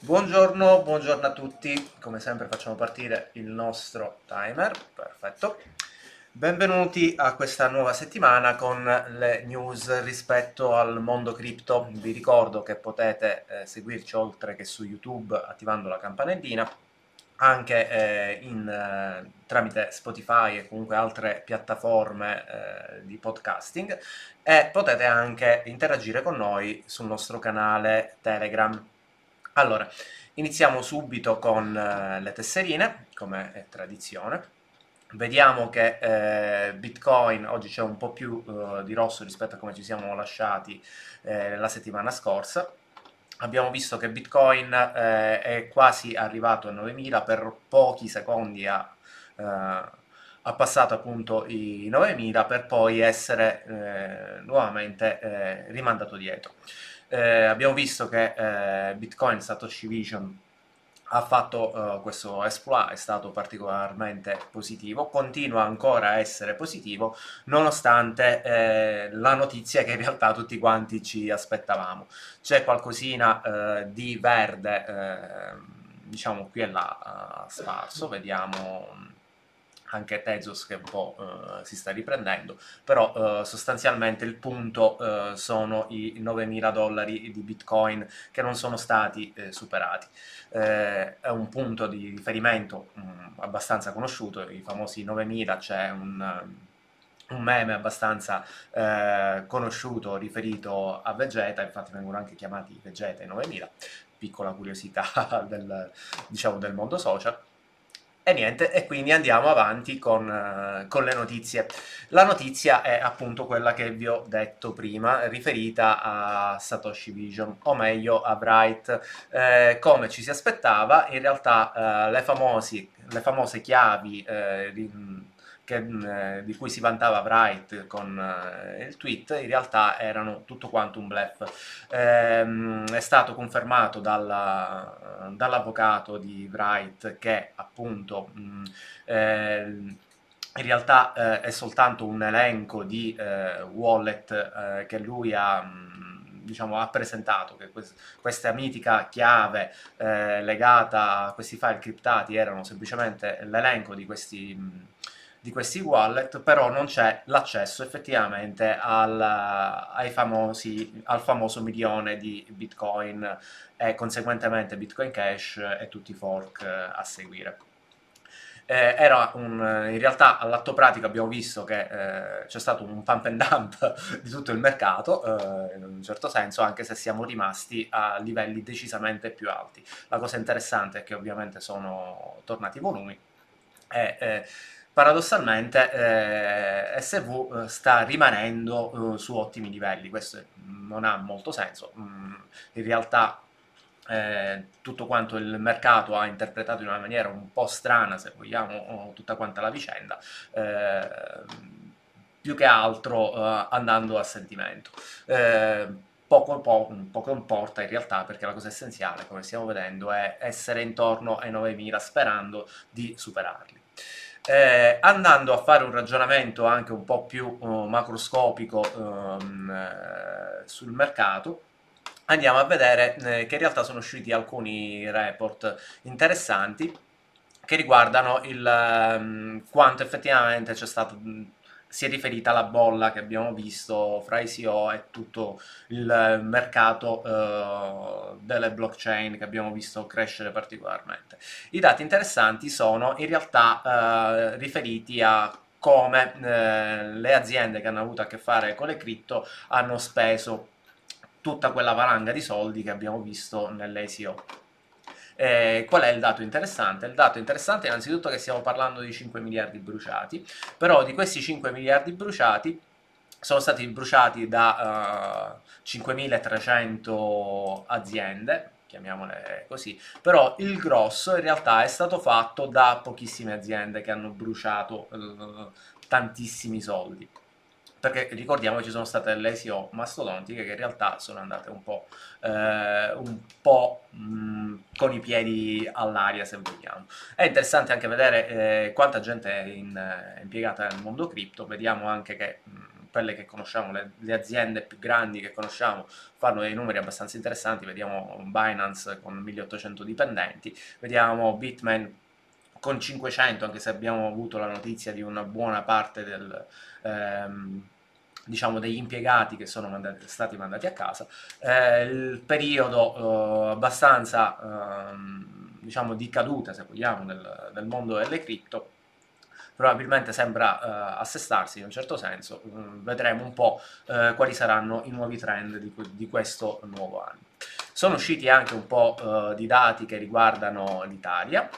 Buongiorno a tutti, come sempre facciamo partire il nostro timer, perfetto. Benvenuti a questa nuova settimana con le news rispetto al mondo cripto. Vi ricordo che potete seguirci oltre che su YouTube attivando la campanellina, anche tramite Spotify e comunque altre piattaforme di podcasting, e potete anche interagire con noi sul nostro canale Telegram. Allora, iniziamo subito con le tesserine, come è tradizione. Vediamo che Bitcoin oggi c'è un po' più di rosso rispetto a come ci siamo lasciati la settimana scorsa. Abbiamo visto che Bitcoin è quasi arrivato a 9.000, per pochi secondi ha passato appunto i 9.000 per poi essere nuovamente rimandato dietro. Abbiamo visto che Bitcoin Satoshi Vision ha fatto questo exploit, è stato particolarmente positivo, continua ancora a essere positivo nonostante la notizia che in realtà tutti quanti ci aspettavamo. C'è qualcosina di verde, diciamo qui e là, sparso, vediamo anche Tezos che un po' si sta riprendendo, però sostanzialmente il punto sono i 9.000 dollari di Bitcoin che non sono stati superati. È un punto di riferimento abbastanza conosciuto, i famosi 9.000, c'è un meme abbastanza conosciuto riferito a Vegeta, infatti vengono anche chiamati Vegeta i 9000, piccola curiosità diciamo, del mondo social. E niente, e quindi andiamo avanti con le notizie. La notizia è appunto quella che vi ho detto prima, riferita a Satoshi Vision, o meglio a Bright. Come ci si aspettava, in realtà le famose chiavi di cui si vantava Bright con il tweet, in realtà erano tutto quanto un bluff. È stato confermato dall'avvocato di Bright che appunto in realtà è soltanto un elenco di wallet che lui diciamo, ha presentato, che questa mitica chiave legata a questi file criptati erano semplicemente l'elenco di questi wallet, però non c'è l'accesso effettivamente al famoso milione di Bitcoin e conseguentemente Bitcoin Cash e tutti i fork a seguire. In realtà all'atto pratico abbiamo visto che c'è stato un pump and dump di tutto il mercato, in un certo senso, anche se siamo rimasti a livelli decisamente più alti. La cosa interessante è che ovviamente sono tornati i volumi e paradossalmente SV sta rimanendo su ottimi livelli. Questo non ha molto senso. In realtà tutto quanto il mercato ha interpretato in una maniera un po' strana, se vogliamo, tutta quanta la vicenda, più che altro andando a sentimento. Poco importa in realtà, perché la cosa essenziale, come stiamo vedendo, è essere intorno ai 9.000 sperando di superarli. Andando a fare un ragionamento anche un po' più macroscopico sul mercato, andiamo a vedere che in realtà sono usciti alcuni report interessanti che riguardano quanto effettivamente c'è stato, si è riferita alla bolla che abbiamo visto fra ICO e tutto il mercato delle blockchain che abbiamo visto crescere particolarmente. I dati interessanti sono in realtà riferiti a come le aziende che hanno avuto a che fare con le cripto hanno speso tutta quella valanga di soldi che abbiamo visto nell'ICO. Qual è il dato interessante? Il dato interessante è innanzitutto che stiamo parlando di 5 miliardi bruciati, però di questi 5 miliardi bruciati sono stati bruciati da 5.300 aziende, chiamiamole così, però il grosso in realtà è stato fatto da pochissime aziende che hanno bruciato tantissimi soldi. Perché ricordiamo che ci sono state delle ICO mastodontiche che in realtà sono andate un po' con i piedi all'aria, se vogliamo. È interessante anche vedere quanta gente è impiegata nel mondo cripto. Vediamo anche che quelle che conosciamo, le aziende più grandi che conosciamo, fanno dei numeri abbastanza interessanti. Vediamo Binance con 1800 dipendenti, vediamo Bitmain con 500, anche se abbiamo avuto la notizia di una buona parte diciamo degli impiegati che sono stati mandati a casa. Il periodo abbastanza diciamo di caduta, se vogliamo, del mondo delle cripto probabilmente sembra assestarsi in un certo senso. Vedremo un po' quali saranno i nuovi trend di questo nuovo anno. Sono usciti anche un po' di dati che riguardano l'Italia.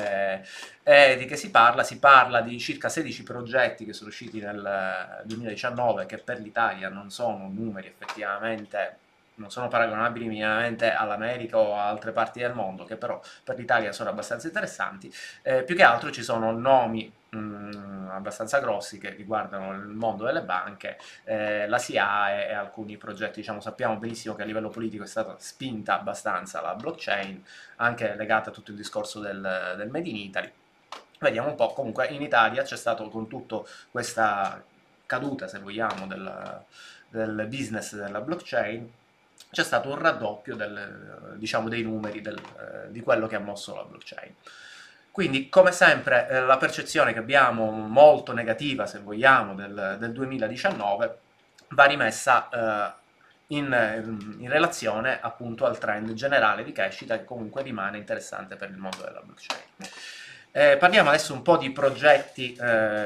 E di che si parla? Si parla di circa 16 progetti che sono usciti nel 2019, che per l'Italia non sono numeri effettivamente, non sono paragonabili minimamente all'America o a altre parti del mondo, che però per l'Italia sono abbastanza interessanti. Più che altro ci sono nomi abbastanza grossi che riguardano il mondo delle banche, la SIAE e alcuni progetti. Diciamo, sappiamo benissimo che a livello politico è stata spinta abbastanza la blockchain, anche legata a tutto il discorso del Made in Italy. Vediamo un po'. Comunque in Italia c'è stato, con tutto questa caduta, se vogliamo, del business della blockchain, c'è stato un raddoppio diciamo, dei numeri di quello che ha mosso la blockchain. Quindi, come sempre, la percezione che abbiamo, molto negativa, se vogliamo, del 2019, va rimessa in relazione appunto al trend generale di crescita, che comunque rimane interessante per il mondo della blockchain. Parliamo adesso un po' di progetti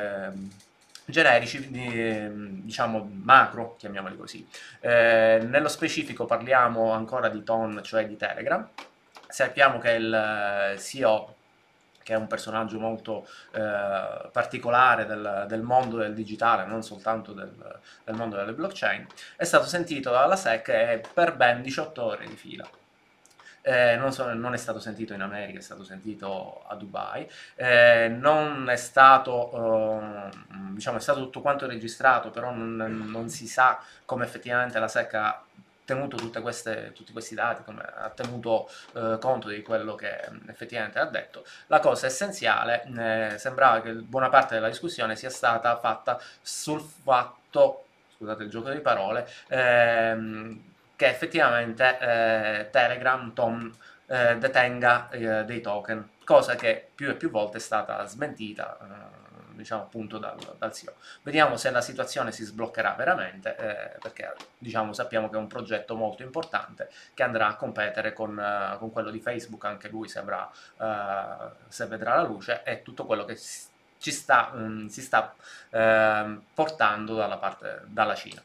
generici, diciamo macro, chiamiamoli così. Nello specifico parliamo ancora di Ton, cioè di Telegram. Sappiamo che il CEO, che è un personaggio molto particolare del mondo del digitale, non soltanto del mondo delle blockchain, è stato sentito dalla SEC per ben 18 ore di fila. Non è stato sentito in America, è stato sentito a Dubai. Non è stato, diciamo, è stato tutto quanto registrato, però non si sa come effettivamente la SEC ha tenuto tutti questi dati, come ha tenuto conto di quello che effettivamente ha detto. La cosa essenziale, sembrava che buona parte della discussione sia stata fatta sul fatto, scusate il gioco di parole, che effettivamente Telegram, Tom, detenga dei token, cosa che più e più volte è stata smentita, diciamo appunto dal CEO. Vediamo se la situazione si sbloccherà veramente, perché diciamo, sappiamo che è un progetto molto importante che andrà a competere con quello di Facebook, anche lui se vedrà la luce, e tutto quello che si sta portando dalla Cina.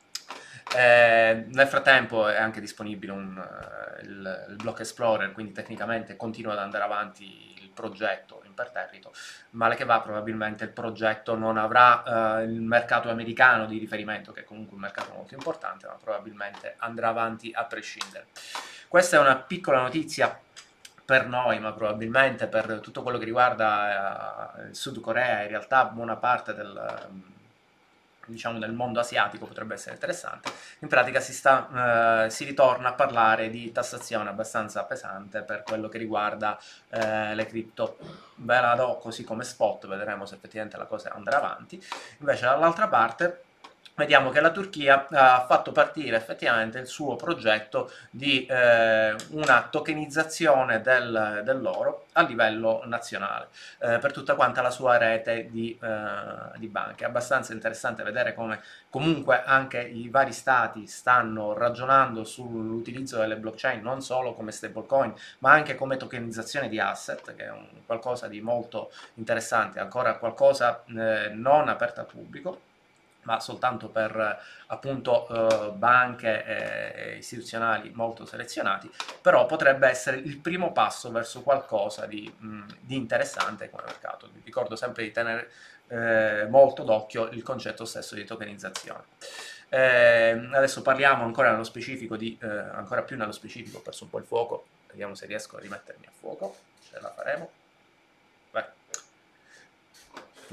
Nel frattempo è anche disponibile il Block Explorer, quindi tecnicamente continua ad andare avanti il progetto imperterrito. Male che va, probabilmente il progetto non avrà il mercato americano di riferimento, che è comunque un mercato molto importante, ma probabilmente andrà avanti a prescindere. Questa è una piccola notizia per noi, ma probabilmente per tutto quello che riguarda il Sud Corea, in realtà buona parte diciamo, del mondo asiatico potrebbe essere interessante. In pratica si ritorna a parlare di tassazione abbastanza pesante per quello che riguarda le cripto. Ve la do così come spot, vedremo se effettivamente la cosa andrà avanti. Invece dall'altra parte vediamo che la Turchia ha fatto partire effettivamente il suo progetto di una tokenizzazione dell'oro a livello nazionale, per tutta quanta la sua rete di banche. È abbastanza interessante vedere come comunque anche i vari stati stanno ragionando sull'utilizzo delle blockchain non solo come stablecoin, ma anche come tokenizzazione di asset, che è qualcosa di molto interessante, ancora qualcosa non aperto al pubblico, ma soltanto per appunto banche e istituzionali molto selezionati, però potrebbe essere il primo passo verso qualcosa di interessante come mercato. Vi ricordo sempre di tenere molto d'occhio il concetto stesso di tokenizzazione. Adesso parliamo ancora nello specifico ancora più nello specifico, ho perso un po' il fuoco, vediamo se riesco a rimettermi a fuoco, ce la faremo. Beh.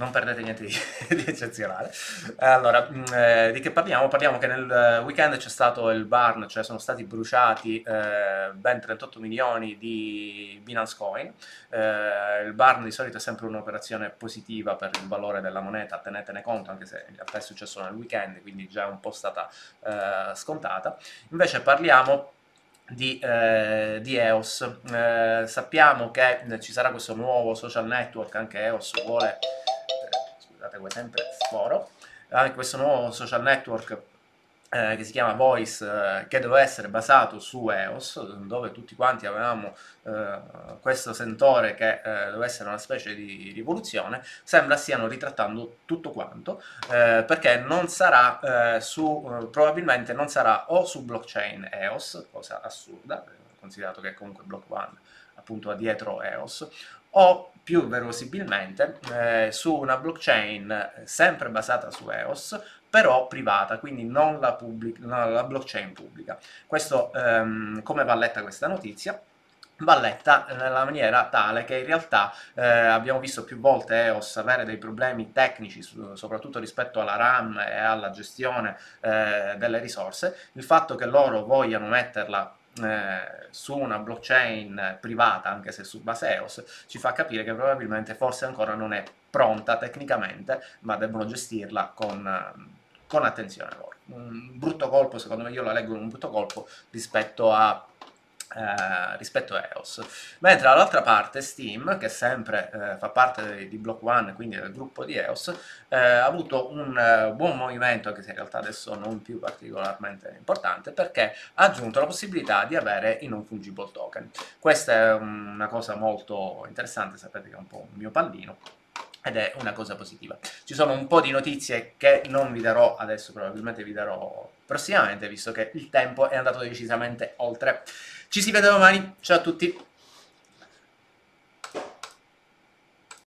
non perdete niente di, di eccezionale. Allora, di che parliamo? Parliamo che nel weekend c'è stato il burn, cioè sono stati bruciati ben 38 milioni di Binance Coin. Il burn di solito è sempre un'operazione positiva per il valore della moneta, tenetene conto, anche se in realtà è successo nel weekend, quindi già è un po' stata scontata. Invece parliamo di EOS. Sappiamo che ci sarà questo nuovo social network, anche EOS vuole, scusate come sempre sforo, anche questo nuovo social network che si chiama Voice, che doveva essere basato su EOS, dove tutti quanti avevamo questo sentore che doveva essere una specie di rivoluzione. Sembra stiano ritrattando tutto quanto, perché non sarà probabilmente non sarà o su blockchain EOS, cosa assurda, considerato che comunque Block One appunto ha dietro EOS, o più verosimilmente su una blockchain sempre basata su EOS, però privata, quindi non la blockchain pubblica. Questo, come va letta questa notizia? Va letta nella maniera tale che in realtà abbiamo visto più volte EOS avere dei problemi tecnici, soprattutto rispetto alla RAM e alla gestione delle risorse. Il fatto che loro vogliano metterla su una blockchain privata, anche se su base EOS, ci fa capire che probabilmente forse ancora non è pronta tecnicamente, ma debbono gestirla con attenzione loro. Un brutto colpo, secondo me, io la leggo come un brutto colpo rispetto a EOS. Mentre dall'altra parte Steam, che sempre fa parte di Block One, quindi del gruppo di EOS, ha avuto un buon movimento, anche se in realtà adesso non più particolarmente importante, perché ha aggiunto la possibilità di avere i non fungible token. Questa è una cosa molto interessante, sapete che è un po' un mio pallino, ed è una cosa positiva. Ci sono un po' di notizie che non vi darò adesso, probabilmente vi darò prossimamente, visto che il tempo è andato decisamente oltre. Ci si vede domani, ciao a tutti!